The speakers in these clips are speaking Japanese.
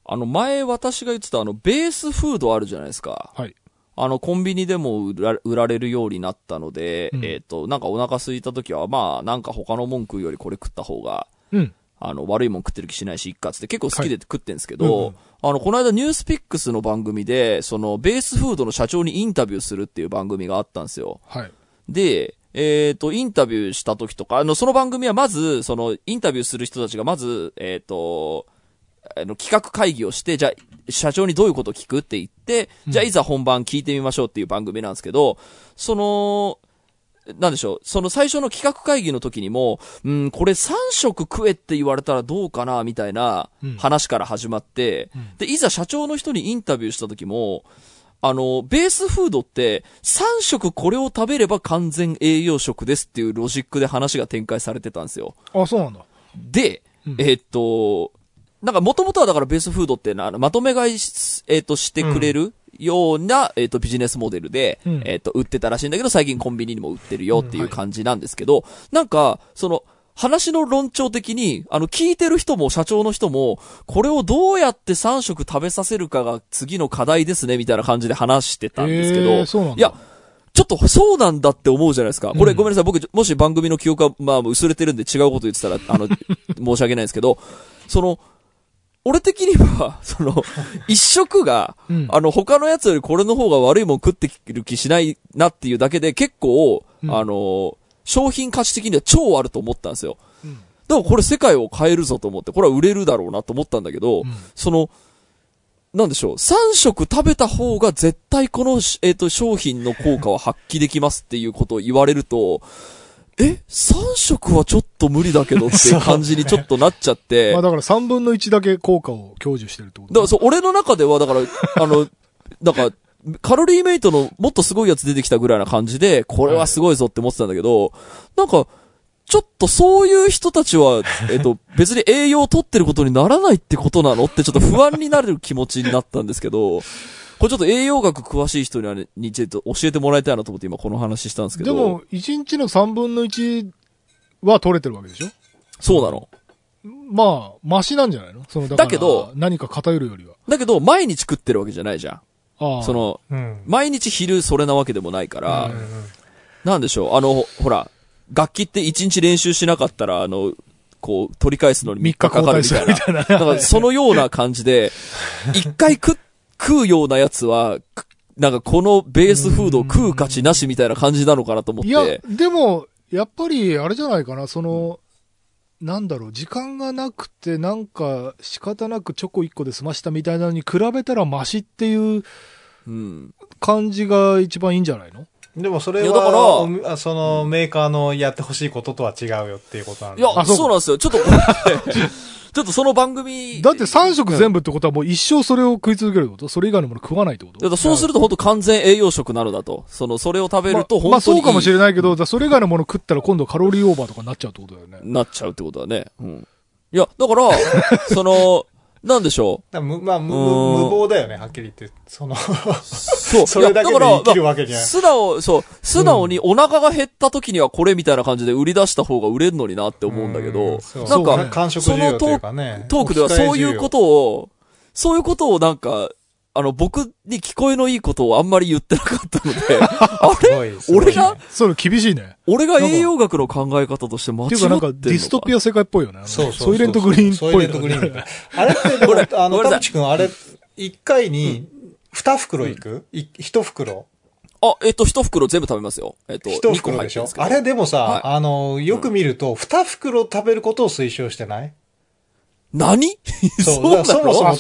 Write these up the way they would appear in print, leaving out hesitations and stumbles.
前私が言ってたベースフードあるじゃないですか。 はい。 コンビニでも売られるようになったので、なんかお腹空いた時は、まあ、なんか他のもん食うよりこれ食った方が、悪いもん食ってる気しないし、いっかつって結構好きで食ってんですけど、この間ニュースピックスの番組で、ベースフードの社長にインタビューするっていう番組があったんですよ。 はい。 で、インタビューした時とか、その番組はまず、インタビューする人たちがまず、企画会議をして、じゃあ、社長にどういうことを聞くって言って、じゃあいざ本番聞いてみましょうっていう番組なんですけど、なんでしょう、最初の企画会議の時にも、これ3食食えって言われたらどうかな、みたいな話から始まって、で、いざ社長の人にインタビューした時も、ベースフードって3食これを食べれば完全栄養食ですっていうロジックで話が展開されてたんですよ。 あ、そうなんだ。 で、なんか元々はだからベースフードってまとめ買いしてくれるような、ビジネスモデルで、売ってたらしいんだけど、最近コンビニにも売ってるよっていう感じなんですけど、なんか、話の論調的に、聞いてる人も社長の人も、これをどうやって3食食べさせるかが次の課題ですね、みたいな感じで話してたんですけど、 そうなんだ。 いや、ちょっとそうなんだって思うじゃないですか。これごめんなさい、僕、もし番組の記憶が、まあ、薄れてるんで違うこと言ってたら、申し訳ないですけど、俺的には、一食が、他のやつよりこれの方が悪いもん食ってる気しないなっていうだけで結構、商品価値的には超あると思ったんですよ。だからこれ世界を変えるぞと思って、これは売れるだろうなと思ったんだけど、なんでしょう、3食食べた方が絶対この、商品の効果は発揮できますっていうことを言われると、3食はちょっと無理だけどっていう感じにちょっとなっちゃって。 まあだから3分の1だけ効果を享受してるってことだからそう、俺の中ではだから、なんか、カロリーメイトのもっとすごいやつ出てきたぐらいな感じで、これはすごいぞって思ってたんだけど、なんか、ちょっとそういう人たちは、別に栄養を取ってることにならないってことなのってちょっと不安になる気持ちになったんですけど、これちょっと栄養学詳しい人にちょっと教えてもらいたいなと思って今この話したんですけど。 でも、1日の3分の1は取れてるわけでしょ？ そうなの。 まあ、マシなんじゃないの？ だけど、 何か偏るよりは。 だけど、毎日食ってるわけじゃないじゃん。毎日昼それなわけでもないから、なんでしょう、ほら、楽器って1日練習しなかったら、こう、取り返すのに3日かかるみたいな。だからそのような感じで、1回食うようなやつは、なんかこのベースフードを食う価値なしみたいな感じなのかなと思って。 いや、でも、やっぱり、あれじゃないかな、なんだろう、時間がなくて、なんか、仕方なくチョコ1個で済ましたみたいなのに比べたらマシっていう、感じが一番いいんじゃないの？ でもそれは、メーカーのやってほしいこととは違うよっていうことなんで。 いや、そうなんですよ。ちょっと、ちょっとその番組。 だって3食全部ってことはもう一生それを食い続けるってこと？それ以外のもの食わないってこと？ だからそうすると本当完全栄養食なのだと。それを食べると本当に。 まあそうかもしれないけど、それ以外のもの食ったら今度カロリーオーバーとかになっちゃうってことだよね。 なっちゃうってことだね。いや、だから、なんでしょう。 無謀だよね、はっきり言って。そう。それだけで生きるわけじゃない。 素直にお腹が減った時にはこれみたいな感じで売り出した方が売れるのになって思うんだけど、なんか、 完食需要というかね、 トークではそういうことをなんか、僕に聞こえのいいことをあんまり言ってなかったので、あれ俺がそれ厳しいね。 俺が栄養学の考え方として間違ってんのか。っていうかなんかディストピア世界っぽいよね。 そう。 ソイレントグリーンっぽい。ソイレントグリーン。 あれってでも、田淵くんあれ、1回に2袋いく？1袋 1袋全部食べますよ。 1袋でしょ？あれでもさ、よく見ると、2袋食べることを推奨してない？ 何そうそもそも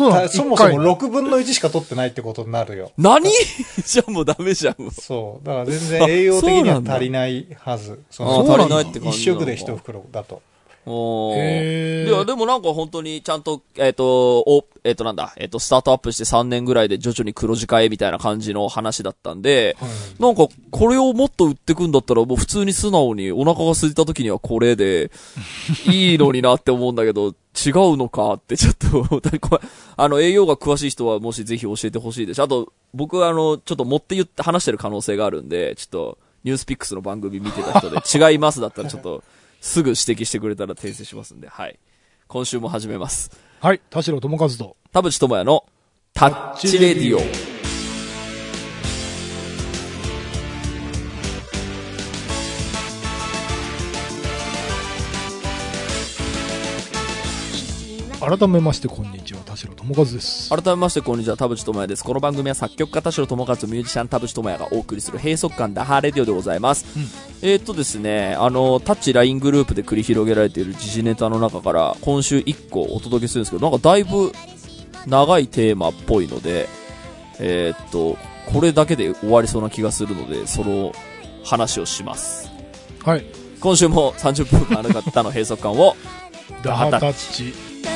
6分の1しか取ってないってことになるよ。 何じゃあもうダメじゃん。 そう。だから全然栄養的には足りないはず。 足りないって感じ。 一食で1袋だと。 いや、でもなんか本当にちゃんと、スタートアップして3年ぐらいで徐々に黒字化へみたいな感じの話だったんで、なんかこれをもっと売ってくんだったらもう普通に素直にお腹が空いた時にはこれでいいのになって思うんだけど、違うのかってちょっと、栄養が詳しい人はもしぜひ教えてほしいですし、あと、僕はちょっと持って話してる可能性があるんで、ちょっと、ニュースピックスの番組見てた人で違いますだったらちょっと、すぐ指摘してくれたら訂正しますんで、はい。今週も始めます。 はい、田代智和と田淵智也のタッチレディオ。 改めましてこんにちは、田代智和です。 改めましてこんにちは、田淵智也です。この番組は作曲家田代智和とミュージシャン田淵智也がお送りする閉塞感ダハーレディオでございます。ですね、タッチ LINE グループで繰り広げられている時事ネタの中から今週1個お届けするんですけど、なんかだいぶ長いテーマっぽいので、これだけで終わりそうな気がするので、その話をします。 はい。 今週も30分間ある方の閉塞感をダハタッチ。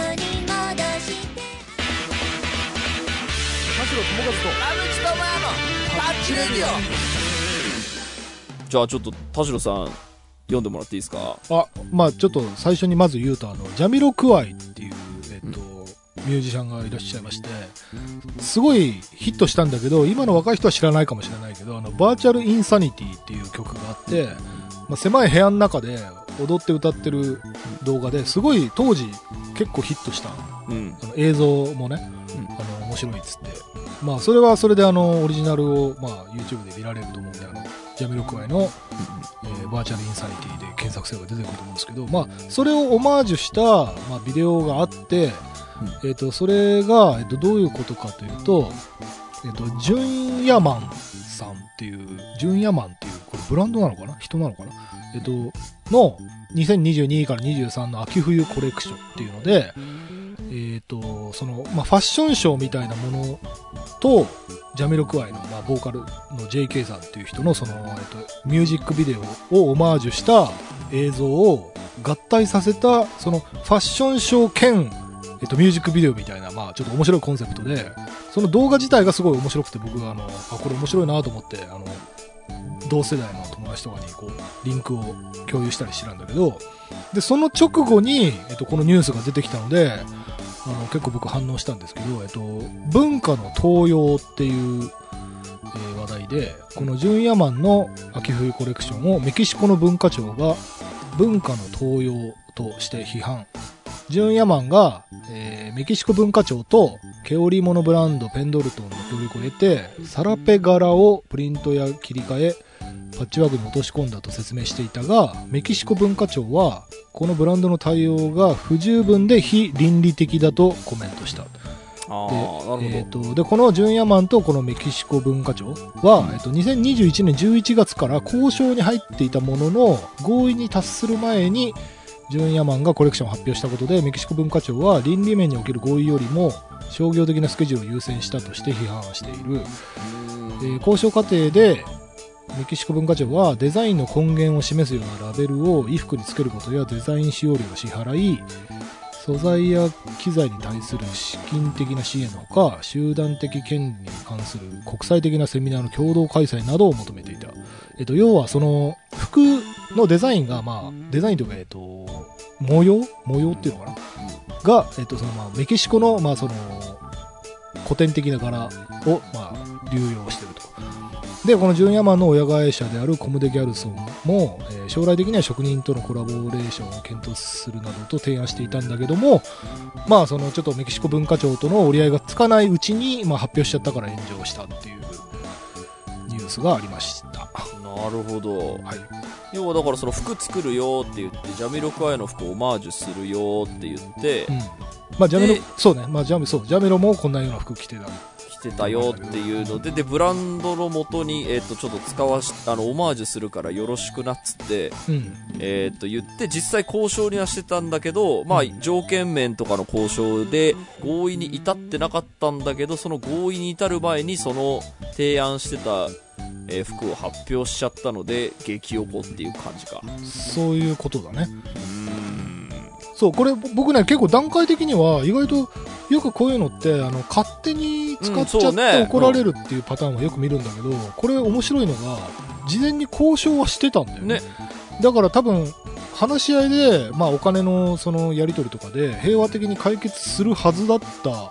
じゃあちょっと田代さん読んでもらっていいですか。 まあちょっと最初にまず言うとジャミロクワイっていうミュージシャンがいらっしゃいまして、すごいヒットしたんだけど、今の若い人は知らないかもしれないけど、バーチャルインサニティっていう曲があって、狭い部屋の中で踊って歌ってる動画ですごい当時結構ヒットした、映像もね、面白いっつって、それはそれでオリジナルを、YouTube で見られると思うんで、ジャミロクワイの、バーチャルインサニティで検索すれば出てくると思うんですけど、それをオマージュした、ビデオがあって、それが、どういうことかというと、ジュンヤマンさんっていう、ジュンヤマンっていう、これブランドなのかな、人なのかな、の2022から23の秋冬コレクションっていうので、その、ファッションショーみたいなものと、ジャミロクワイの、ボーカルの JK さんっていう人のその、ミュージックビデオをオマージュした映像を合体させた、そのファッションショー兼、ミュージックビデオみたいな、ちょっと面白いコンセプトで、その動画自体がすごい面白くて、僕はこれ面白いなと思って、同世代の友達とかにリンクを共有したりしてたんだけど、で、その直後に、このニュースが出てきたので、結構僕反応したんですけど、文化の東洋っていう、話題で、このジュンヤマンの秋冬コレクションをメキシコの文化庁が文化の東洋として批判。ジュンヤマンが、メキシコ文化庁と毛織物ブランドペンドルトンの協力を得て、サラペ柄をプリントや切り替え、パッチワークに落とし込んだと説明していたが、メキシコ文化庁はこのブランドの対応が不十分で非倫理的だとコメントした。で、このジュンヤマンとこのメキシコ文化庁は、2021年11月から交渉に入っていたものの、合意に達する前にジュンヤマンがコレクションを発表したことで、メキシコ文化庁は倫理面における合意よりも商業的なスケジュールを優先したとして批判している。交渉過程でメキシコ文化庁はデザインの根源を示すようなラベルを衣服につけることやデザイン使用料を支払い、素材や機材に対する資金的な支援のほか、集団的権利に関する国際的なセミナーの共同開催などを求めていた。要はその服のデザインが、デザインというか、模様っていうのかなが、そのメキシコの、その古典的な柄を、流用していると。で、このジュンヤマンの親会社であるコムデ・ギャルソンも、将来的には職人とのコラボレーションを検討するなどと提案していたんだけども、そのちょっとメキシコ文化庁との折り合いがつかないうちに、発表しちゃったから炎上したっていうニュースがありました。 なるほど。 はい。 要はだからその服作るよって言って、ジャミロクワイの服をオマージュするよって言って、 ジャミロ、そうね、ジャミロもこんなような服着てたよっていうので、ブランドの元に、ちょっと使わし、オマージュするからよろしくなっつって、言って、実際交渉にはしてたんだけど、条件面とかの交渉で合意に至ってなかったんだけど、その合意に至る前にその提案してた、服を発表しちゃったので、激おこっていう感じか。 そういうことだね。そう、これ僕ね、結構段階的には意外とよくこういうのって勝手に使っちゃって怒られるっていうパターンはよく見るんだけど、これ面白いのが事前に交渉はしてたんだよね。だから多分話し合いで、お金のそのやり取りとかで平和的に解決するはずだった。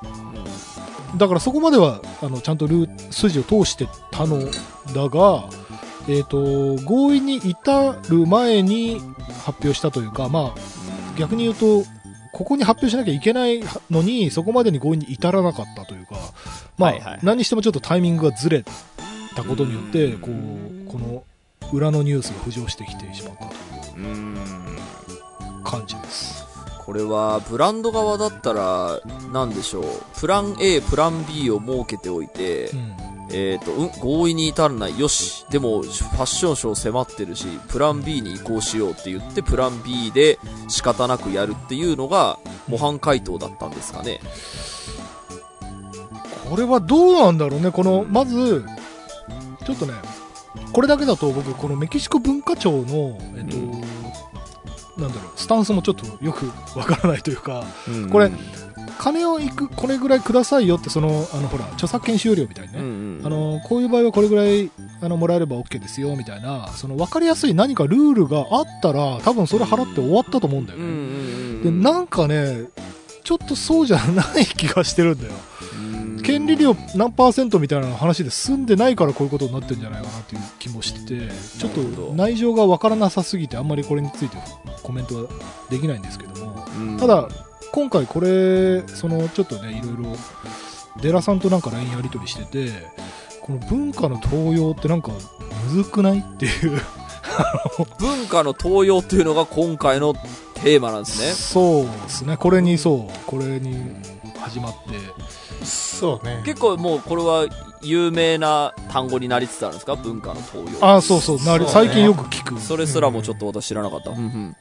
だからそこまではちゃんと筋を通してたのだが、合意に至る前に発表したというか、逆に言うとここに発表しなきゃいけないのに、そこまでに合意に至らなかったというか、まあ、 はいはい、 何にしてもちょっとタイミングがずれたことによって、この裏のニュースが浮上してきてしまったという感じです。 これはブランド側だったら何でしょう、プラン A プラン B を設けておいて、合意に至らない、よしでもファッションショー迫ってるしプラン B に移行しようって言ってプラン B で仕方なくやるっていうのが模範解答だったんですかね。 これはどうなんだろうね。まずちょっとね、これだけだと僕このメキシコ文化庁のなんだろう、スタンスもちょっとよくわからないというか、これ金をこれぐらいくださいよってほら著作権使用料みたいにね、こういう場合はこれぐらいもらえれば OK ですよみたいな、分かりやすい何かルールがあったら多分それ払って終わったと思うんだよね。でなんかね、ちょっとそうじゃない気がしてるんだよ。権利料何%みたいな話で済んでないからこういうことになってるんじゃないかなという気もしてて、ちょっと内情がわからなさすぎてあんまりこれについてコメントはできないんですけども、ただ今回これちょっとね、いろいろデラさんとなんか LINE やり取りしてて、この文化の登用ってなんかむずくないっていう文化の登用っていうのが今回のテーマなんですね。 そうですね、これに始まって、 そうね、 結構もうこれは有名な単語になりつつあるんですか、文化の登用。 そう最近よく聞く。 それすらもちょっと私知らなかった。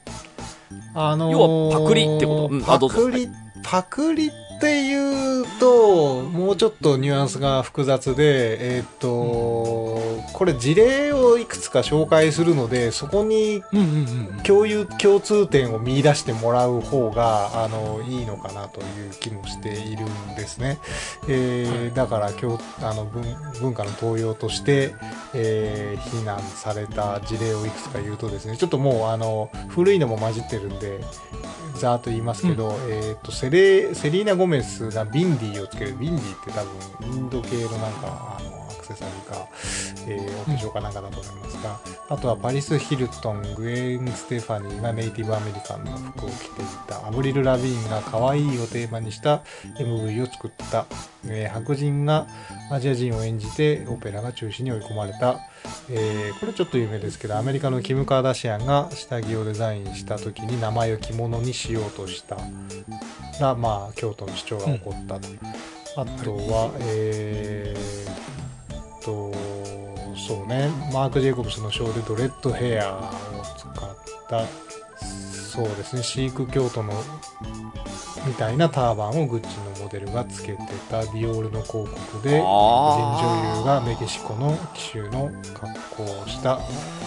要はパクリってこと。 パクリっていうともうちょっとニュアンスが複雑で、これ事例をいくつか紹介するので、そこに共通点を見出してもらう方がいいのかなという気もしているんですね。だから文化の登用として、非難された事例をいくつか言うとですね、ちょっともう古いのも混じってるんでざーっと言いますけど、セリーナ・ゴメスがビンディをつける。ビンディって多分インド系のなんかアクセサリーか、お化粧かなんかだと思いますが、あとはパリス・ヒルトン、グエン・ステファニーがネイティブアメリカンの服を着ていた。アブリル・ラビーンが可愛いをテーマにした MV を作った。白人がアジア人を演じてオペラが中止に追い込まれた。これちょっと有名ですけど、アメリカのキム・カーダシアンが下着をデザインした時に名前を着物にしようとしたら、京都の市長が起こったと。あとはそうね、マーク・ジェイコブスのショーでドレッドヘアを使ったそうですね、シーク教徒のみたいなターバンをグッチのモデルがつけてた。ディオールの広告で女優がメキシコの騎手の格好をした。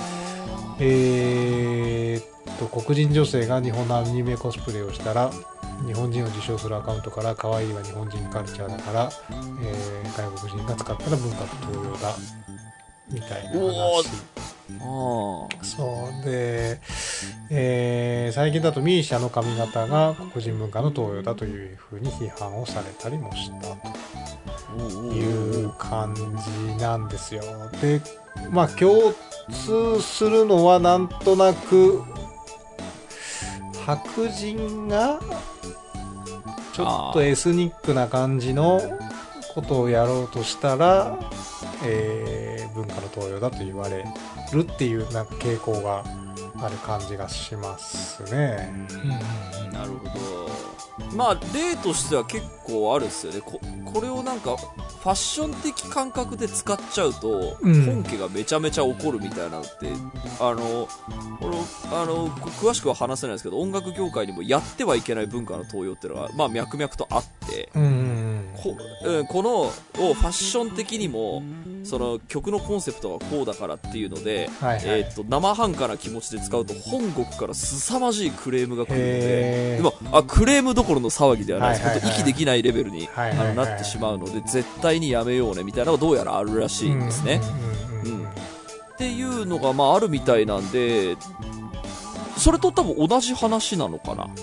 黒人女性が日本のアニメコスプレをしたら日本人を自称するアカウントから可愛いは日本人カルチャーだから、外国人が使ったら文化と同様だみたいな話。そうで、最近だとミーシャの髪型が黒人文化の登用だというふうに批判をされたりもしたという感じなんですよ。で、共通するのはなんとなく白人がちょっとエスニックな感じのことをやろうとしたら、文化の登用だと言われるっていうなんか傾向がある感じがしますね。 なるほど。例としては結構あるっすよね。これをなんかファッション的感覚で使っちゃうと、本家がめちゃめちゃ怒るみたいなのって、詳しくは話せないですけど、音楽業界にもやってはいけない文化の登用っていうのが脈々とあって、このをファッション的にもその曲のコンセプトがこうだからっていうので、生半可な気持ちで使うと本国から凄まじいクレームが来るので、でもクレームどころの騒ぎではないです。本当息できないレベルになってしまうので、絶対にやめようねみたいなのがどうやらあるらしいんですね。っていうのがあるみたいなんで、それと多分同じ話なのかな。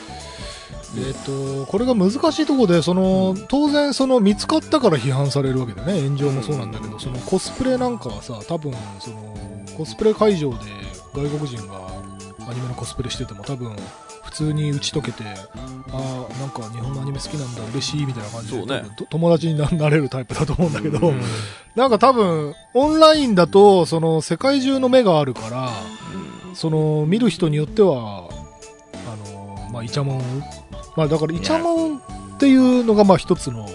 これが難しいところで、当然見つかったから批判されるわけだね。炎上もそうなんだけど、コスプレなんかはさ、多分コスプレ会場で外国人がアニメのコスプレしてても多分普普通に打ち解けて、なんか日本のアニメ好きなんだ、嬉しいみたいな感じで、 そうね、 友達になれるタイプだと思うんだけど、なんか多分、オンラインだと、その世界中の目があるから、その見る人によっては、イチャモン、だからイチャモンっていうのが一つの、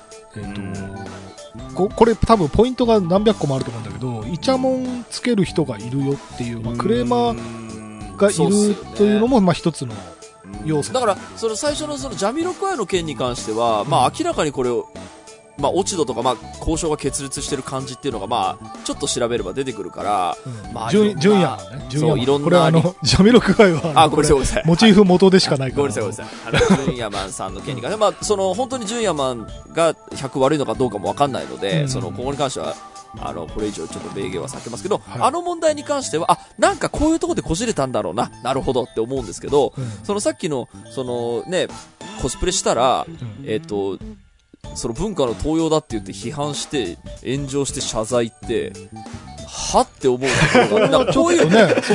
これ多分ポイントが何百個もあると思うんだけど、イチャモンつける人がいるよっていう、クレーマーがいるというのも一つの要素だから、その最初のそのジャミロクワイの件に関しては、明らかにこれを、落ち度とか、交渉が決裂してる感じっていうのが、ちょっと調べれば出てくるから、 純也ね。 そう、いろんな。 これジャミロクワイは、 ごめんなさい。 モチーフ元でしかないから。 ごめんなさい。純也マンさんの件に関して、本当に純也マンが100悪いのかどうかもわかんないので、ここに関しては、これ以上ちょっと明言は避けますけど、はい、問題に関しては、なんかこういうところでこじれたんだろうな、なるほどって思うんですけど、そのさっきの、コスプレしたら、その文化の盗用だって言って批判して、炎上して謝罪って、はって思うところが、なんかこう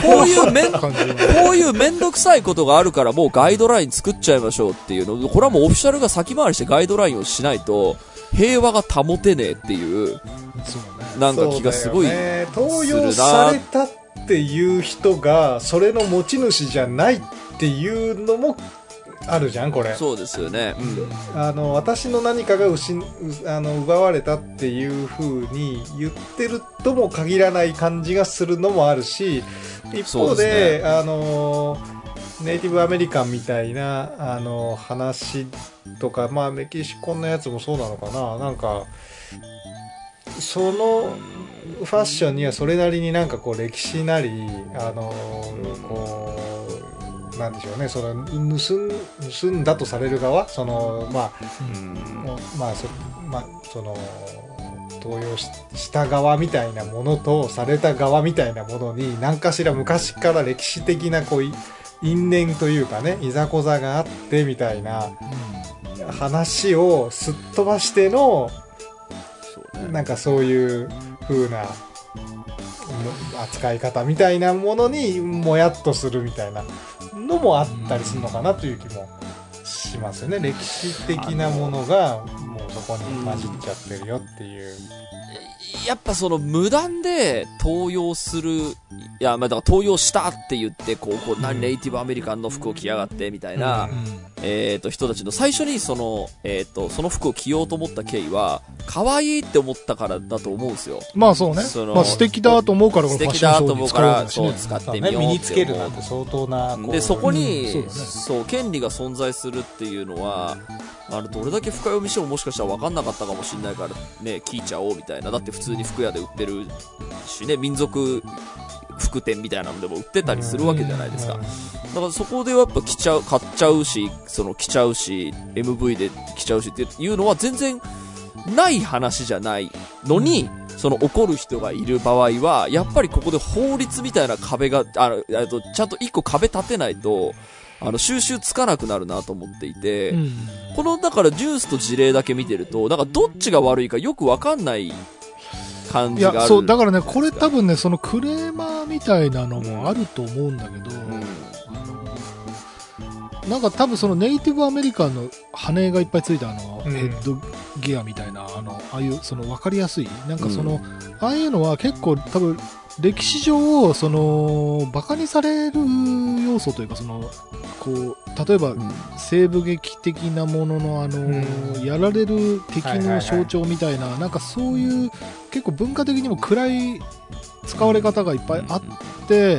いうめんどくさいことがあるからもうガイドライン作っちゃいましょうっていうの、これはもうオフィシャルが先回りしてガイドラインをしないと、平和が保てねえっていう、なんか気がすごいするな。 盗用されたっていう人が、それの持ち主じゃないっていうのも、あるじゃんこれ。 そうですよね。 私の何かが奪われたっていう風に言ってるとも限らない感じがするのもあるし、一方で、ネイティブアメリカンみたいな話とか、メキシコのやつもそうなのかな、なんかそのファッションにはそれなりになんかこう歴史なりこうなんでしょうね、その盗んだとされる側、そのその盗用した側みたいなものとされた側みたいなものに何かしら昔から歴史的なこう因縁というかね、いざこざがあってみたいな話をすっ飛ばしての、なんかそういう風な扱い方みたいなものにもやっとするみたいなのもあったりするのかなという気もしますよね。歴史的なものがもうそこに混じっちゃってるよっていう。 やっぱその無断で盗用する、だから盗用したって言ってネイティブアメリカンの服を着やがってみたいな、人たちの最初にその服を着ようと思った経緯は可愛いって思ったからだと思うんですよ。 そうね。素敵だと思うから素敵だと思うからそう使ってみようって身につけるなんて相当なで、そこにそう権利が存在するっていうのはどれだけ深読みしてももしかしたら分かんなかったかもしれないからね、聞いちゃおうみたいな。だって普通に服屋で売ってるしね、民族服店みたいなのでも売ってたりするわけじゃないですか。だからそこでやっぱ買っちゃうし、着ちゃうし、MV で着ちゃうしっていうのは全然ない話じゃないのに、その怒る人がいる場合は、やっぱりここで法律みたいな壁が、ちゃんと一個壁立てないと、収集つかなくなるなと思っていて、この、だからジュースと事例だけ見てると、なんかどっちが悪いかよくわかんない感じがある。 そう、だからね、これ多分ね、そのクレーマーみたいなのもあると思うんだけど、なんか多分そのネイティブアメリカンの羽がいっぱいついたヘッドギアみたいな、ああいうその分かりやすい、なんかその、ああいうのは結構多分歴史上、その、バカにされる要素というか、その、例えば、西部劇的なものの、やられる敵の象徴みたいな、なんかそういう、結構文化的にも暗い使われ方がいっぱいあって、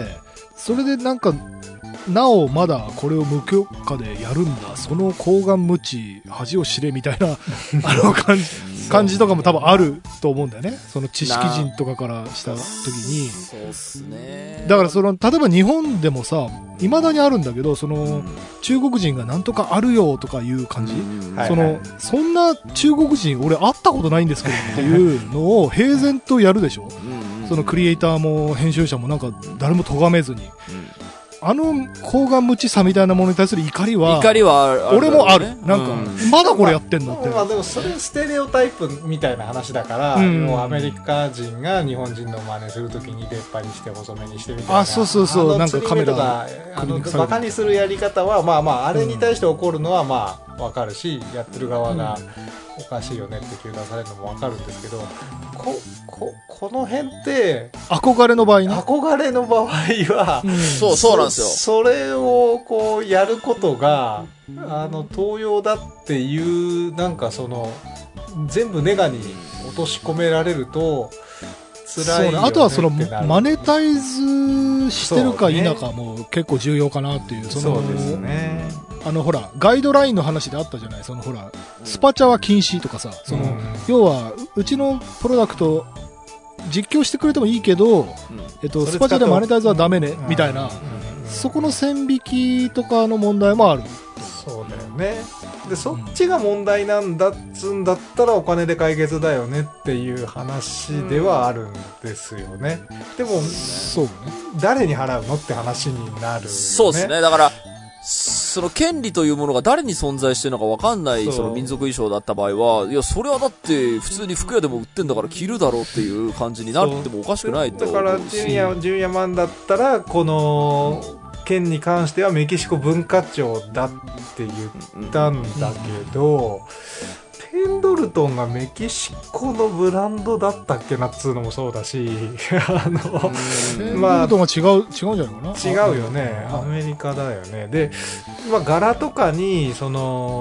それでなんか、なおまだこれを無許可でやるんだ、その厚顔無知恥を知れみたいな感じとかも多分あると思うんだよね、その知識人とかからした時に。 そうっすね。 だからその例えば日本でもさ、未だにあるんだけど、その中国人がなんとかあるよとかいう感じ、そんな中国人俺会ったことないんですけどっていうのを平然とやるでしょ。そのクリエイターも編集者もなんか誰も咎めずに。 抗がん無知さみたいなものに対する怒りはあるね、 俺もある。なんか、まだこれやってんのって。 まあでもそれステレオタイプみたいな話だから、もうアメリカ人が日本人の真似するときに出っ歯にして細めにしてみたいな。 あ、そう、なんかカメラバカにするやり方は、まああれに対して怒るのはまあわかるし、やってる側がおかしいよねって糾弾されるのもわかるんですけど、この辺って憧れの場合ね。 憧れの場合は、 そうなんですよ。 それをこうやることが盗用だっていうなんかその全部ネガに落とし込められると辛いよね。 あとはそのマネタイズしてるか否かも結構重要かなっていう。 そうですね。 ほらガイドラインの話であったじゃない。ほらスパチャは禁止とかさ、要はうちのプロダクト実況してくれてもいいけど、スパチャでマネタイズはダメねみたいな、そこの線引きとかの問題もある。 そうだよね。でそっちが問題なんだっつんだったらお金で解決だよねっていう話ではあるんですよね。でもそうね、 誰に払うのって話になるよね。 そうですね。だからその権利というものが誰に存在してるのか分かんないその民族衣装だった場合は、いやそれはだって普通に服屋でも売ってんだから着るだろうっていう感じになってもおかしくないと思うし。 だから純也マンだったらこの件に関してはメキシコ文化庁だって言ったんだけど、ペンドルトンがメキシコのブランドだったっけなっつうのもそうだし、 ペンドルトンは違うんじゃないかな。 違うよね。アメリカだよね。で、柄とかに現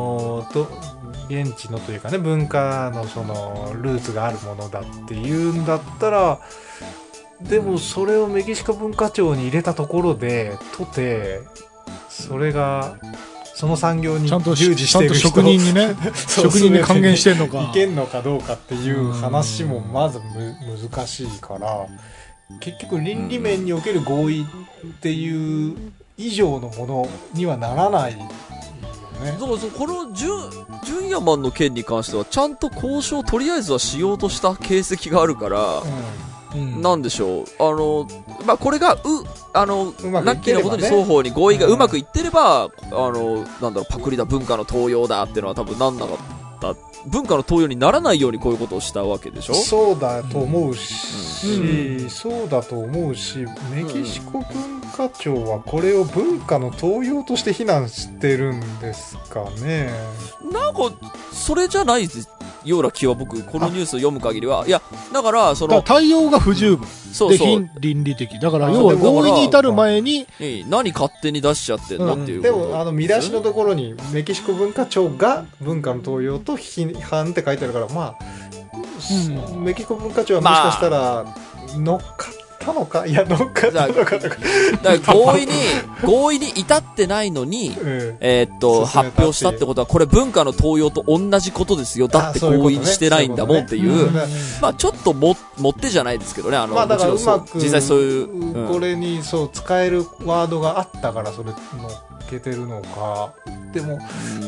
地のというかね、文化のそのルーツがあるものだっていうんだったら、でもそれをメキシコ文化庁に入れたところでそれがその産業に従事してる人、 ちゃんと職人にね職人に還元してんのかいけんのかどうかっていう話もまず難しいから、結局倫理面における合意っていう以上のものにはならないよね。 そうこの純也マンの件に関してはちゃんと交渉をとりあえずはしようとした形跡があるから、なんでしょう、これがラッキーなことに双方に合意がうまくいってれば、パクリだ文化の盗用だっていうのは多分なんなかった。文化の盗用にならないようにこういうことをしたわけでしょ。 そうだと思うし、そうだと思うし、メキシコ文化庁はこれを文化の盗用として非難してるんですかね。 なんかそれじゃないような気は僕このニュースを読む限りは、いやだから対応が不十分で非倫理的だから、要は合意に至る前に何勝手に出しちゃってんのっていう。 でも見出しのところにメキシコ文化庁が文化の盗用と批判って書いてあるから、メキシコ文化庁はもしかしたら乗っかったのか、いや乗っかったのかとか、 だから合意に至ってないのに、発表したってことはこれ文化の盗用と同じことですよ。だって合意してないんだもんっていう、ちょっと持ってじゃないですけどね。 だからうまく実際そういう、 これに使えるワードがあったからそれ乗っけてるのか。でも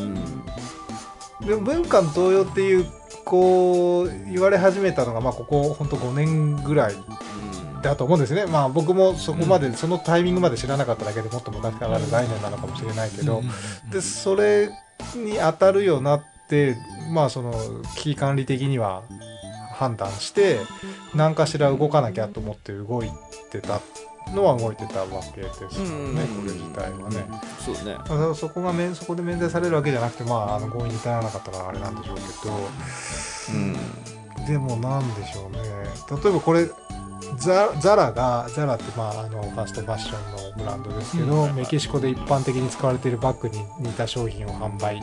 文化の盗用っていうこう言われ始めたのがここ本当5年ぐらいだと思うんですね。僕もそこまで、そのタイミングまで知らなかっただけでもっと昔からある概念なのかもしれないけど、でそれに当たるようになって、その危機管理的には判断して何かしら動かなきゃと思って動いてたのは動いてたわけですよね、これ自体はね。 そうね。 そこで免罪されるわけじゃなくて、合意に至らなかったからあれなんでしょうけど、でもなんでしょうね。例えばこれザラってファーストファッションのブランドですけど、メキシコで一般的に使われているバッグに似た商品を販売、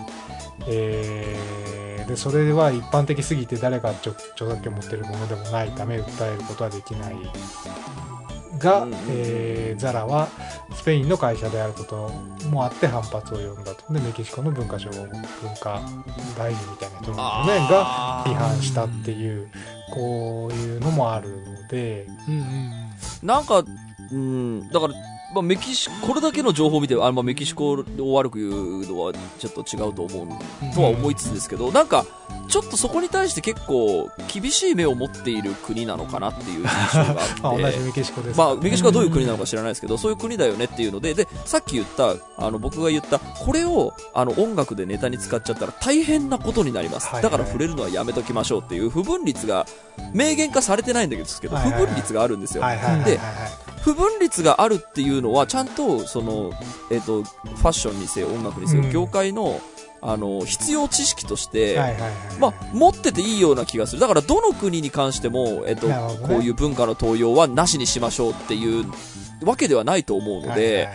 でそれは一般的すぎて誰が著作権を持っているものでもないため訴えることはできないが、ザラはスペインの会社であることもあって反発を呼んだと。でメキシコの文化省文化大臣みたいな人なんですねが批判したっていうこういうのもあるので、 なんかだからまあ、これだけの情報を見て、メキシコを悪く言うのはちょっと違うと思う、とは思いつつですけど、なんか、ちょっとそこに対して結構厳しい目を持っている国なのかなっていう印象があって。 同じメキシコです。 まあ、メキシコはどういう国なのか知らないですけど、そういう国だよねっていうので、で、さっき言った、僕が言った、これを、音楽でネタに使っちゃったら大変なことになります。だから触れるのはやめときましょうっていう不分率が、明言化されてないんだけど、不分率があるんですよ。で、不分率があるっていうのは、ちゃんと、ファッションにせよ、音楽にせよ、業界の、必要知識として、まあ、持ってていいような気がする。だから、どの国に関しても、こういう文化の登用はなしにしましょうっていうわけではないと思うので、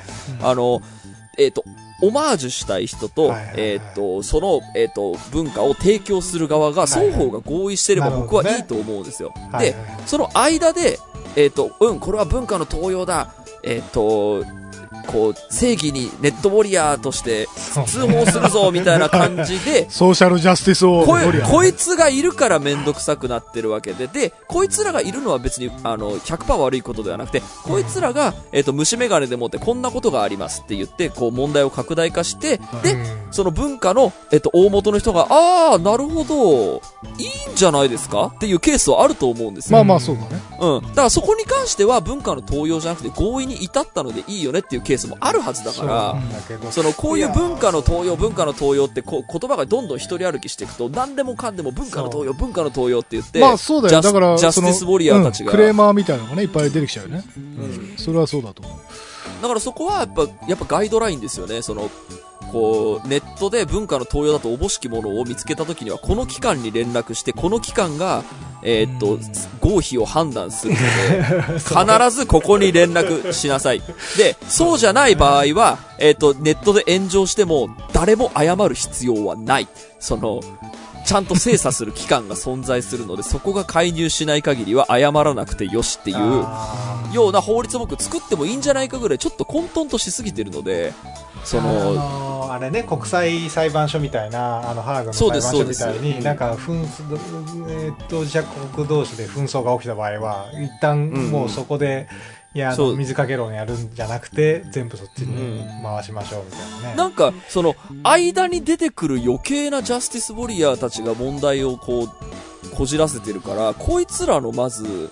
オマージュしたい人と、その、文化を提供する側が、双方が合意してれば僕はいいと思うんですよ。で、その間で、これは文化の登用だ、こう、正義にネットウォリアーとして通報するぞ、みたいな感じで、 ソーシャルジャスティスを、 こいつがいるからめんどくさくなってるわけで、で、こいつらがいるのは別に、100% 悪いことではなくて、こいつらが、虫眼鏡でもってこんなことがありますって言って、こう問題を拡大化して、で、その文化の、大元の人が、なるほど、いいんじゃないですかっていうケースはあると思うんですよ。 まあまあそうだね。 うん。だからそこに関しては文化の登用じゃなくて合意に至ったのでいいよねっていうケースもあるはずだから、こういう文化の登用って言葉がどんどん一人歩きしていくと、何でもかんでも文化の登用って言って、 まあそうだよ。だから、 ジャスティスウォリアーたちが、 クレーマーみたいなのがね、いっぱい出てきちゃうよね。それはそうだと思う。 だからそこはやっぱガイドラインですよね。こう、ネットで文化の登用だとおぼしきものを見つけたときには、この機関に連絡して、この機関が、合否を判断するので、必ずここに連絡しなさい。で、そうじゃない場合は、ネットで炎上しても、誰も謝る必要はない。ちゃんと精査する機関が存在するので、そこが介入しない限りは謝らなくてよしっていうような法律を僕作ってもいいんじゃないかぐらいちょっと混沌としすぎてるので、 あれね、国際裁判所みたいな、ハーグの裁判所みたいに、なんか、自国同士で紛争が起きた場合は、一旦もうそこで、水かけ論やるんじゃなくて、全部そっちに回しましょうみたいなね。 なんか、間に出てくる余計なジャスティスウォリアーたちが問題をこじらせてるから、こいつらのまず、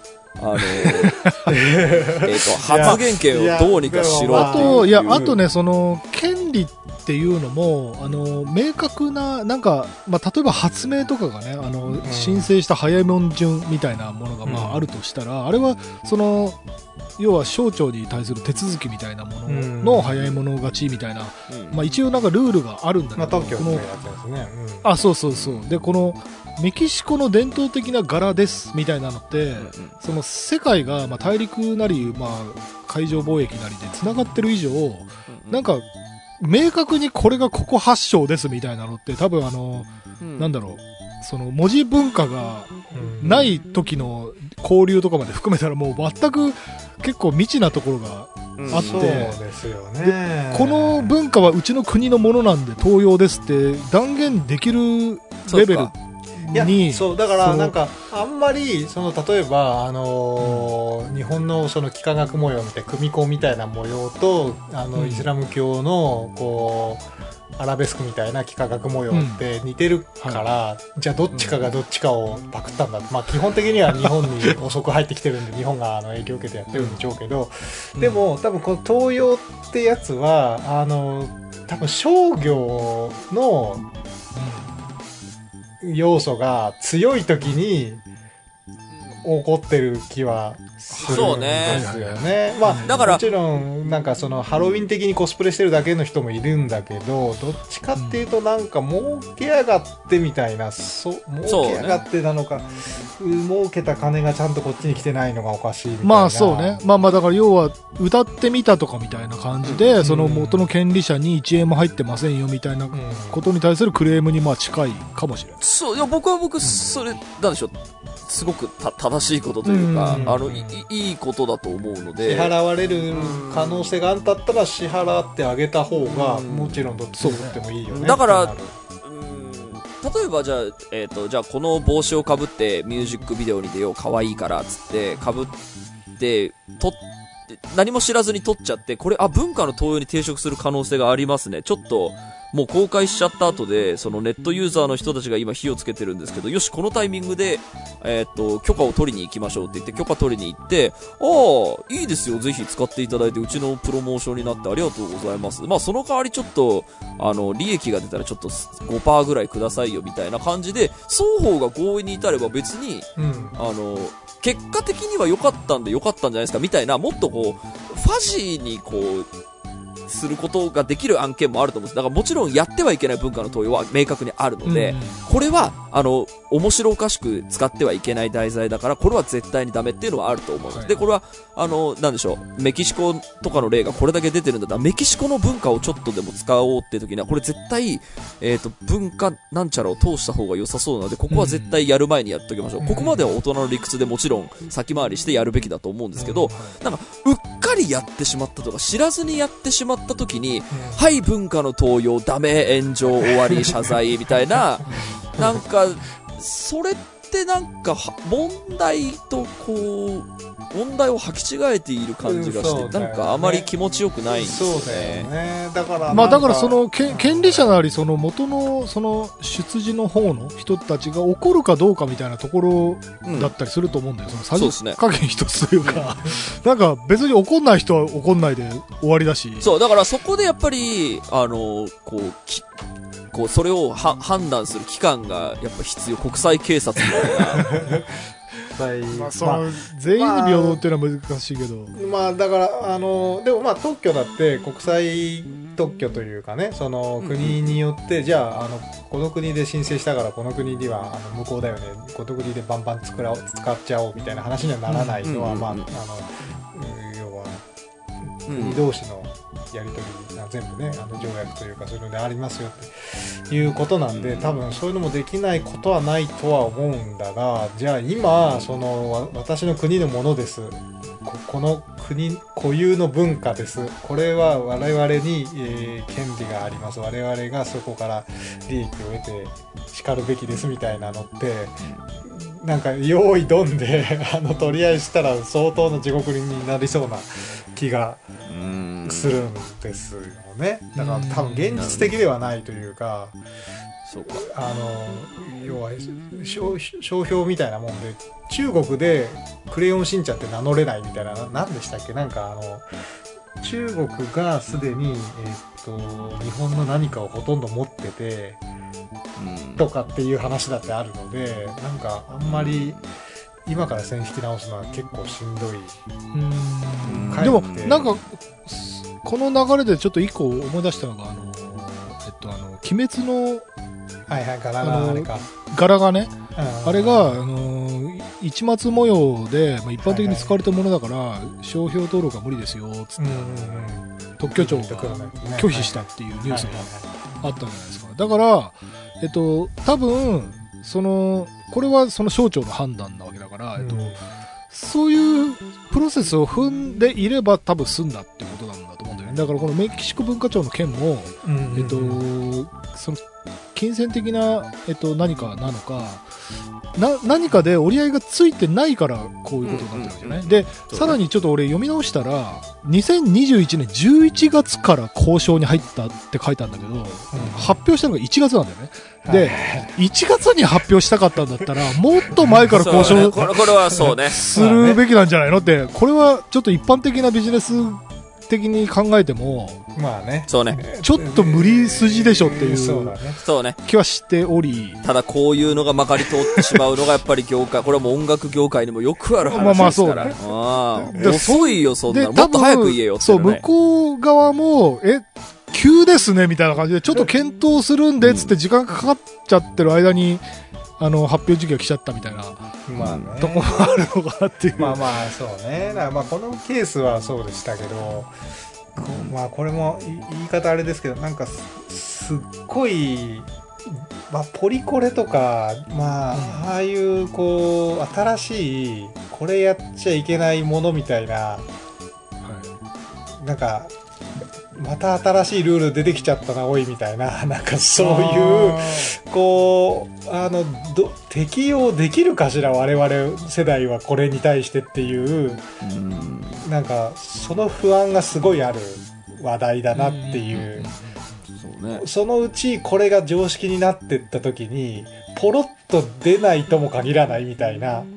発言権をどうにかしろっていう。 あとね、権利っていうのも、明確な、なんか、まあ、例えば発明とかがね、申請した早いもん順みたいなものが、まあ、あるとしたら、あれは、要は省庁に対する手続きみたいなものの早い者勝ちみたいな、まあ、一応なんかルールがあるんだけど、 特許のやつですね。 そうそうそう。で、メキシコの伝統的な柄ですみたいなのって、世界が、まあ、大陸なり、まあ、海上貿易なりで繋がってる以上、なんか、明確にこれがここ発祥ですみたいなのって、多分なんだろう、文字文化がない時の交流とかまで含めたらもう全く結構未知なところがあって、 そうですよね。 この文化はうちの国のものなんで東洋ですって断言できるレベルに、 そうだからなんかあんまり例えば日本の幾何学模様みたいな組子みたいな模様とイスラム教のこうアラベスクみたいな幾何学模様って似てるから、じゃあどっちかがどっちかをパクったんだって、まあ基本的には日本に遅く入ってきてるんで日本が影響を受けてやってるんでしょうけど、でも多分この東洋ってやつは多分商業の要素が強い時に起こってる気はするんですよね。まあだからもちろんなんかハロウィン的にコスプレしてるだけの人もいるんだけど、どっちかっていうとなんか儲けやがってみたいな、儲けやがってなのか、儲けた金がちゃんとこっちに来てないのがおかしいみたいな。 まあそうね。まあだから要は歌ってみたとかみたいな感じで、その元の権利者に1円も入ってませんよみたいなことに対するクレームにまあ近いかもしれない。 そう、いや僕それなんでしょう。すごく正しいことというか、いいことだと思うので、 支払われる可能性があったら支払ってあげた方がもちろんどっちでってもいいよね。 だから例えばじゃあこの帽子をかぶってミュージックビデオに出よう可愛いからっつってかぶって撮っ何も知らずに撮っちゃって、これ、文化の盗用に抵触する可能性がありますね。ちょっと、もう公開しちゃった後で、そのネットユーザーの人たちが今火をつけてるんですけど、よし、このタイミングで、許可を取りに行きましょうって言って、許可取りに行って、いいですよ、ぜひ使っていただいて、うちのプロモーションになってありがとうございます。まあ、その代わりちょっと、利益が出たらちょっと 5% ぐらいくださいよ、みたいな感じで、双方が合意に至れば別に、結果的には良かったんで良かったんじゃないですか、みたいな、もっとこう、ファジーにこう、することができる案件もあると思うんです。だからもちろんやってはいけない文化の盗用は明確にあるので、これは、面白おかしく使ってはいけない題材だから、これは絶対にダメっていうのはあると思います。で、これは、なんでしょう、メキシコとかの例がこれだけ出てるんだったら、メキシコの文化をちょっとでも使おうっていう時には、これ絶対、文化なんちゃらを通した方が良さそうなので、ここは絶対やる前にやっときましょう。ここまでは大人の理屈でもちろん先回りしてやるべきだと思うんですけど、なんか、うっかりやってしまったとか、知らずにやってしまった時に、はい、文化の盗用、ダメ、炎上、終わり、謝罪、みたいな、なんか、それってなんか、問題とこう、問題を履き違えている感じがして、なんかあまり気持ちよくないんですよね。 そうだよね。だから、 まあだからその権利者なりその元のその出自の方の人たちが怒るかどうかみたいなところだったりすると思うんだよ。そのさじ加減一つというか、なんか別に怒んない人は怒んないで終わりだし。 そう、だからそこでやっぱり、こうそれを判断する機関がやっぱ必要。国際警察みたいな。 全員に平等っていうのは難しいけど、 まあだからでもまあ特許だって国際特許というかね、その国によって、じゃあこの国で申請したからこの国には無効だよね、この国でバンバン使っちゃおうみたいな話にはならないのは、まあ要は国同士のやり取りが全部ね、条約というかそういうのでありますよっていうことなんで、多分そういうのもできないことはないとは思うんだが、じゃあ今その私の国のものです、この国固有の文化です、これは我々に、権利があります、我々がそこから利益を得て叱るべきですみたいなのって、なんか用意どんで取り合いしたら相当の地獄になりそうな気がするんですよね。だから多分現実的ではないというか、 そうか、 要は商標みたいなもんで、中国でクレヨンしんちゃんって名乗れないみたいな、何でしたっけ、なんか中国がすでに、日本の何かをほとんど持ってて、とかっていう話だってあるので、なんかあんまり今から線引き直すのは結構しんどい。 でもなんかこの流れでちょっと一個思い出したのが鬼滅の柄がね、あれが市松模様で、まあ、一般的に使われたものだから、商標登録は無理ですよつって、特許庁が拒否したっていうニュースがあったじゃないですか。だから多分これはその省庁の判断なわけだから、そういうプロセスを踏んでいれば多分済んだってことなんだと思うんだよね。だからこのメキシコ文化庁の件も、その金銭的な、何かなのか何かで折り合いがついてないからこういうことになってるわけじゃない。でさらにちょっと俺読み直したら2021年11月から交渉に入ったって書いたんだけど、発表したのが1月なんだよね。で1月に発表したかったんだったらもっと前から交渉これはそうねするべきなんじゃないのって、これはちょっと一般的なビジネス的に考えても、 まあね、 そうね、 ちょっと無理筋でしょっていう気はしており、 ただこういうのがまかり通ってしまうのがやっぱり業界、これはもう音楽業界にもよくある話ですから、遅いよそんなの、もっと早く言えよって、ね、 そう向こう側も急ですねみたいな感じでちょっと検討するんでつって時間かかっちゃってる間に発表時期が来ちゃったみたいな、 まあね、 とこもあるのかなっていう。 まあまあそうね。だからまあこのケースはそうでしたけど、まあこれも言い方あれですけど、なんかすっごい、まあポリコレとか、まあああいうこう新しいこれやっちゃいけないものみたいな、なんかまた新しいルール出てきちゃったなおいみたいな、なんかそういうこう適用できるかしら我々世代はこれに対してっていうなんかその不安がすごいある話題だなっていう、 そうね。 そのうちこれが常識になってった時にポロッと出ないとも限らないみたいな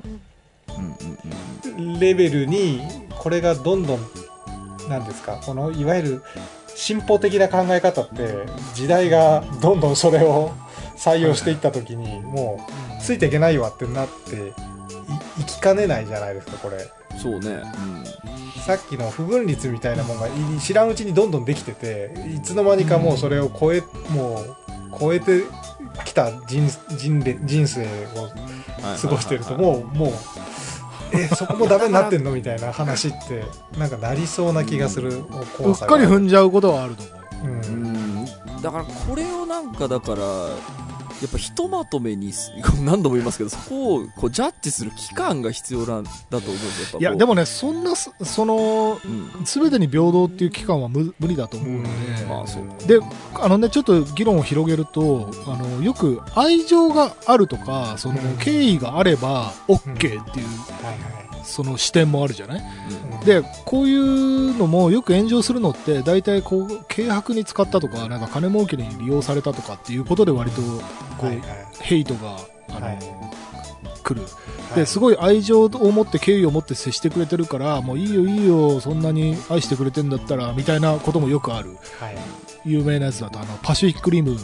レベルにこれがどんどんなんですか、このいわゆる進歩的な考え方って時代がどんどんそれを採用していった時にもうついていけないわってなっていきかねないじゃないですかこれ。 そうね。 さっきの不分率みたいなものが知らんうちにどんどんできてて、いつの間にかもうそれを超えてきた人生を過ごしてるともうそこもダメになってんのみたいな話ってなんかなりそうな気がする。 うっかり踏んじゃうことはあると思う。 だからこれをなんかだからやっぱひとまとめに何度も言いますけど、そこをこうジャッジする期間が必要なんだと思うんですよ。 いやでもね、そんな全てに平等っていう期間は無理だと思うので、 まあそうでちょっと議論を広げるとよく愛情があるとかその敬意があれば OK っていう、その視点もあるじゃない、でこういうのもよく炎上するのって大体こう軽薄に使ったとかなんか金儲けに利用されたとかっていうことで割とこう、ヘイトが来る。ですごい愛情を持って敬意を持って接してくれてるからもういいよいいよそんなに愛してくれてんだったらみたいなこともよくある、有名なやつだとパシフィックリム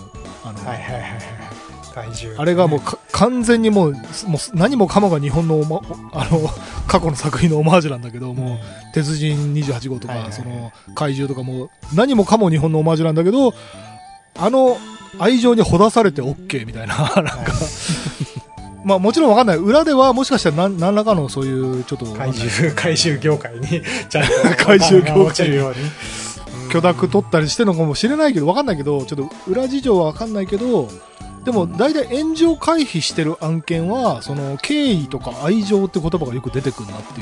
あれがもう完全にもう何もかもが日本の過去の作品のオマージュなんだけども、鉄人28号とかその怪獣とかも何もかも日本のオマージュなんだけど愛情にほだされて OK みたいななんかまあもちろんわかんない、裏ではもしかしたら何らかのそういうちょっと怪獣業界にちゃんと怪獣業界に許諾取ったりしてるのかもしれないけどわかんないけど、ちょっと裏事情はわかんないけど、でも大体炎上回避してる案件はその敬意とか愛情って言葉がよく出てくるなっていう、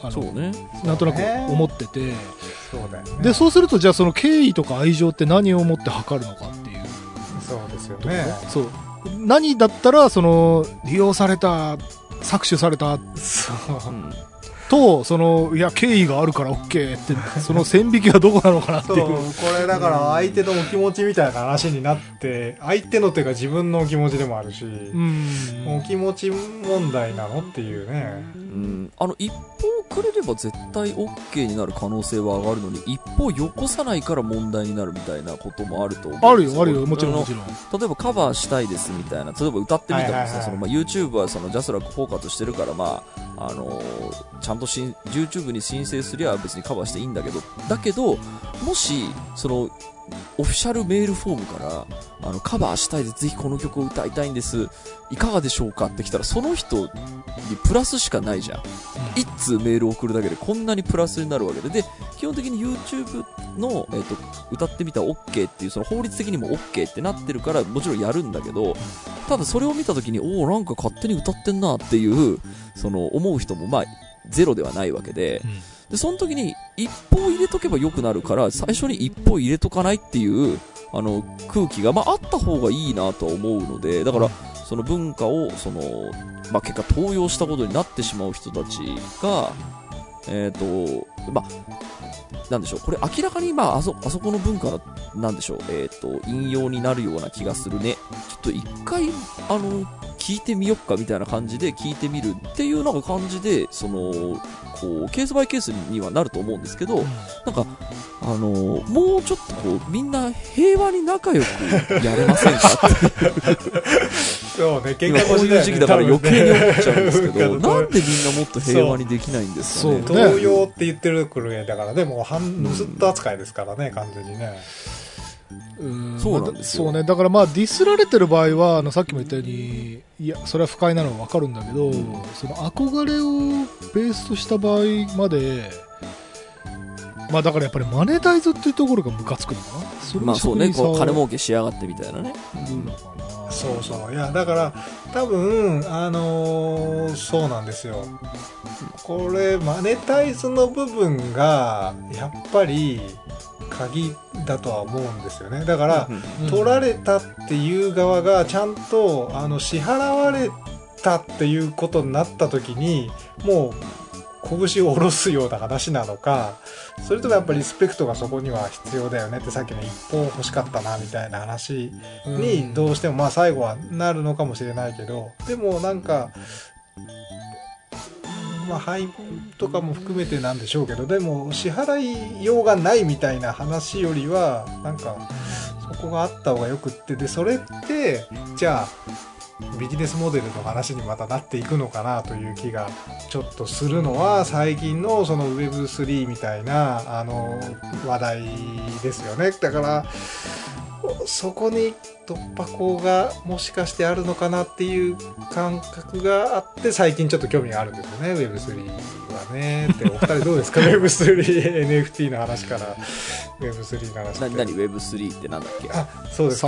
そうね、 なんとなく思ってて、 そうだよね。 でそうするとじゃあその敬意とか愛情って何をもって測るのかっていう。 そうですよね。 そう何だったらその利用された搾取されたとそのいや敬意があるから OK ってその線引きはどこなのかなっていうそうこれだから相手のお気持ちみたいな話になって相手のっていうか自分のお気持ちでもあるし、お気持ち問題なのっていうね、 一方くれれば絶対 OK になる可能性は上がるのに一方よこさないから問題になるみたいなこともあると思うんですよ。 あるよもちろんもちろん。 例えばカバーしたいですみたいな、例えば歌ってみてもさ、YouTube はそのジャスラックフォーカスしてるからちゃんとYouTube に申請すりゃ別にカバーしていいんだけど、もしそのオフィシャルメールフォームからカバーしたいです、ぜひこの曲を歌いたいんです、いかがでしょうかって来たらその人にプラスしかないじゃん。一通メールを送るだけでこんなにプラスになるわけで、基本的に YouTube の、歌ってみたら OK っていうその法律的にも OK ってなってるからもちろんやるんだけど、ただそれを見た時になんか勝手に歌ってんなっていうその思う人もまあゼロではないわけで、でその時に一歩入れとけば良くなるから最初に一歩入れとかないっていう空気があった方がいいなとは思うので、だからその文化を結果盗用したことになってしまう人たちがなんでしょう、これ明らかにあそこの文化なんでしょう、引用になるような気がするね、ちょっと一回聞いてみよっかみたいな感じで聞いてみるっていうなんか感じでこうケースバイケースにはなると思うんですけど、なんかもうちょっとみんな平和に仲良くやれませんかってそうね、 今こういう時期だから余計に思っちゃうんですけどなんでみんなもっと平和にできないんですかね。 盗用って言ってるくらいだからね、もう盗人扱いですからね、完全にね。 そうなんですよ。 そうね、だからディスられてる場合はさっきも言ったようにいやそれは不快なのは分かるんだけど、その憧れをベースとした場合までだからやっぱりマネタイズっていうところがムカつくのかな。 そうね、こう金儲けしやがってみたいなね。 そういやだから多分そうなんですよ。これマネタイズの部分がやっぱり鍵だとは思うんですよね。だから取られたっていう側がちゃんと支払われたっていうことになった時にもう拳を下ろすような話なのか、それともやっぱりリスペクトがそこには必要だよねって、さっきの一本欲しかったなみたいな話にどうしてもまあ最後はなるのかもしれないけど、でもなんかまあ配分とかも含めてなんでしょうけど、でも支払いようがないみたいな話よりはなんかそこがあった方がよくって、でそれってじゃあビジネスモデルの話にまたなっていくのかなという気がちょっとするのは、最近のその Web3 みたいな話題ですよね。だからそこに突破口がもしかしてあるのかなっていう感覚があって、最近ちょっと興味があるんですよね、 Web3 はねって。お二人どうですかWeb3 NFT の話から Web3 の話って。 何 Web3 ってなんだっけ。 あ、そうですか。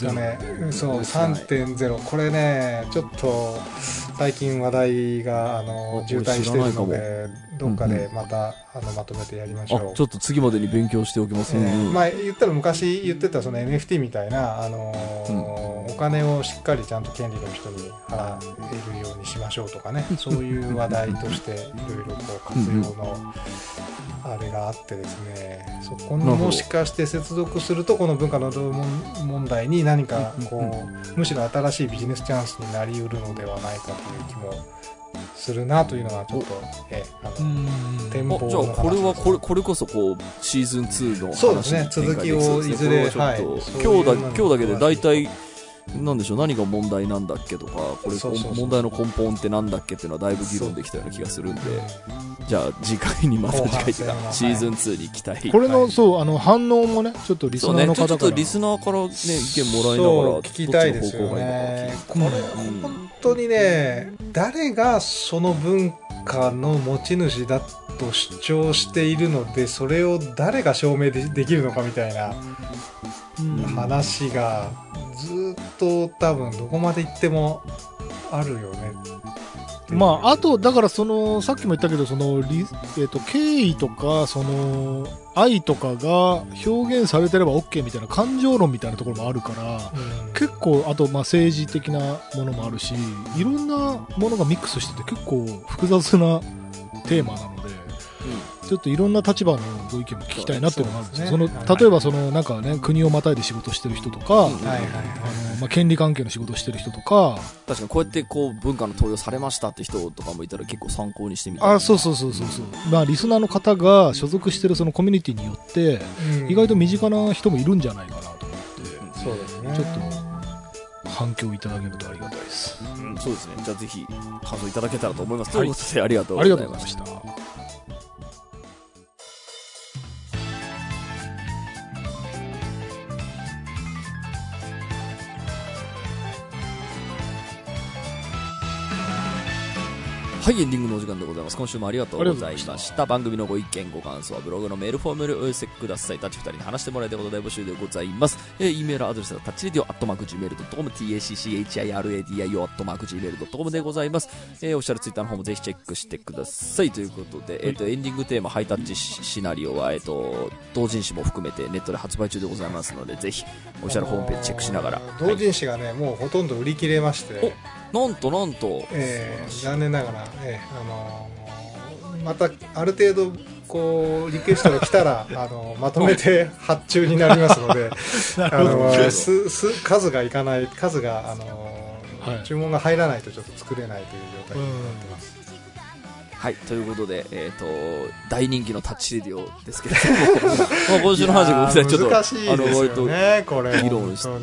3.0、 そう 3.0 これねちょっと最近話題が渋滞してるので、どっかでまた、まとめてやりましょう。 ちょっと次までに勉強しておきます。 まあ言ったら昔言ってたその NFT みたいなお金をしっかりちゃんと権利の人に払えるようにしましょうとかね、そういう話題としていろいろこう活用のあれがあってですね、そこにもしかして接続するとこの文化の問題に何かこうむしろ新しいビジネスチャンスになりうるのではないかという気もするなというのがちょっと展望の話です。 じゃあこれこそこうシーズン2の話。 そうですね、続きをいずれ、はい、 今日だけで大体なんでしょう、何が問題なんだっけとか、これ問題の根本ってなんだっけっていうのはだいぶ議論できたような気がするんで、じゃあ次回にまた次回というかシーズン2に期待。 これのそう反応もねちょっとリスナーの方から、 ちょっとリスナーからね意見もらいながら聞きたいですよね。これ本当にね、誰がその文化の持ち主だと主張しているので、それを誰が証明できるのかみたいな話がずっと多分どこまで行ってもあるよね。 まあ、あとだからさっきも言ったけど敬意とか愛とかが表現されてれば OK みたいな感情論みたいなところもあるから、結構あと政治的なものもあるし、いろんなものがミックスしてて結構複雑なテーマなので、ちょっといろんな立場のご意見も聞きたいなっていうのがあるんですよ。例えばなんかね、国をまたいで仕事してる人とか、権利関係の仕事してる人とか、 確かにこうやってこう文化の登用されましたって人とかもいたら結構参考にしてみたい。 そう、まあリスナーの方が所属してるそのコミュニティによって、意外と身近な人もいるんじゃないかなと思って、 そうですね、 ちょっと反響いただけるとありがたいです。 そうですね。じゃあぜひ感想いただけたらと思います。ということでありがとうございました。はい、エンディングのお時間でございます。今週もありがとうございました。番組のご意見ご感想はブログのメールフォームよりお寄せください。タッチ2人に話してもらいたいことで募集でございます。E メールアドレスはタッチレディオ@gmail.com、tacchiradio@gmail.com でございます。オフィシャルツイッターの方もぜひチェックしてください。ということで、エンディングテーマハイタッチシナリオは同人誌も含めてネットで発売中でございますので、ぜひオフィシャルホームページチェックしながら。 同人誌がね、もうほとんど売り切れまして。 なんと、 残念ながら、またある程度こうリクエストが来たらまとめて発注になりますので数がいかない、注文が入らないとちょっと作れないという状態になってます。 はい、ということで、大人気のタッチレディオですけれども今週の話がちょっと難しいですよね、これ議論して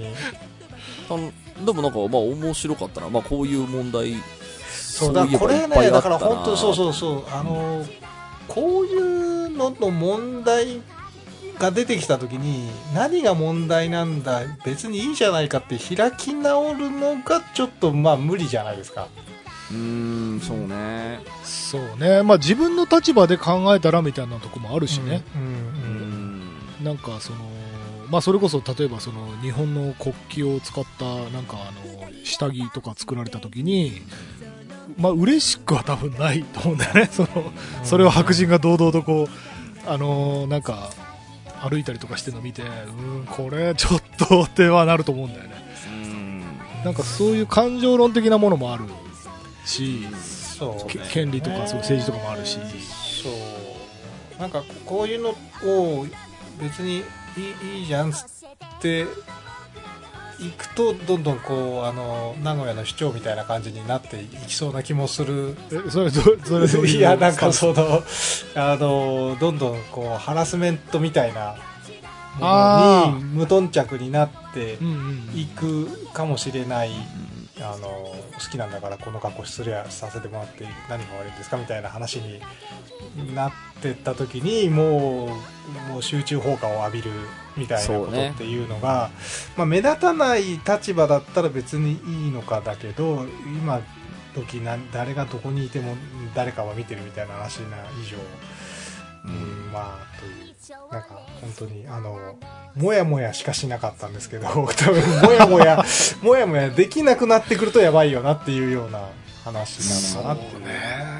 でもなんか面白かったな。こういう問題、 そうだ、これね、だから本当そうこういうのの問題が出てきたときに何が問題なんだ、別にいいじゃないかって開き直るのがちょっと無理じゃないですか。 そうね。 自分の立場で考えたらみたいなとこもあるしね。なんかそれこそ例えば日本の国旗を使ったなんか下着とか作られた時に嬉しくは多分ないと思うんだよね。それを白人が堂々とこうなんか歩いたりとかしてるのを見て、これちょっとってはなると思うんだよね。なんかそういう感情論的なものもあるし、 そうね、 権利とかそう政治とかもあるし、 そうなんかこういうのを別にいいじゃんっつって行くとどんどんこう名古屋の市長みたいな感じになっていきそうな気もする。 それどういういやなんかどんどんこうハラスメントみたいなものに無頓着になっていくかもしれない。好きなんだからこの格好させてもらって何が悪いんですかみたいな話になってった時にもう集中放火を浴びるみたいなことっていうのが、まあ、目立たない立場だったら別にいいのかだけど、今時誰がどこにいても誰かは見てるみたいな話な以上、まあというなんか本当にもやもやしかしなかったんですけど、多分もやもやできなくなってくるとやばいよなっていうような話なのかなってね。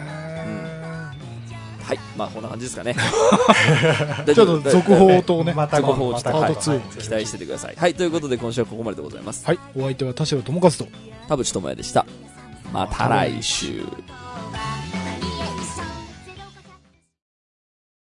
はい、まあこんな感じですかね。 ちょっと続報とね、 続報を期待しててください。はい、ということで今週はここまででございます。 はい、お相手は田代智和と田淵智也でした。また来週。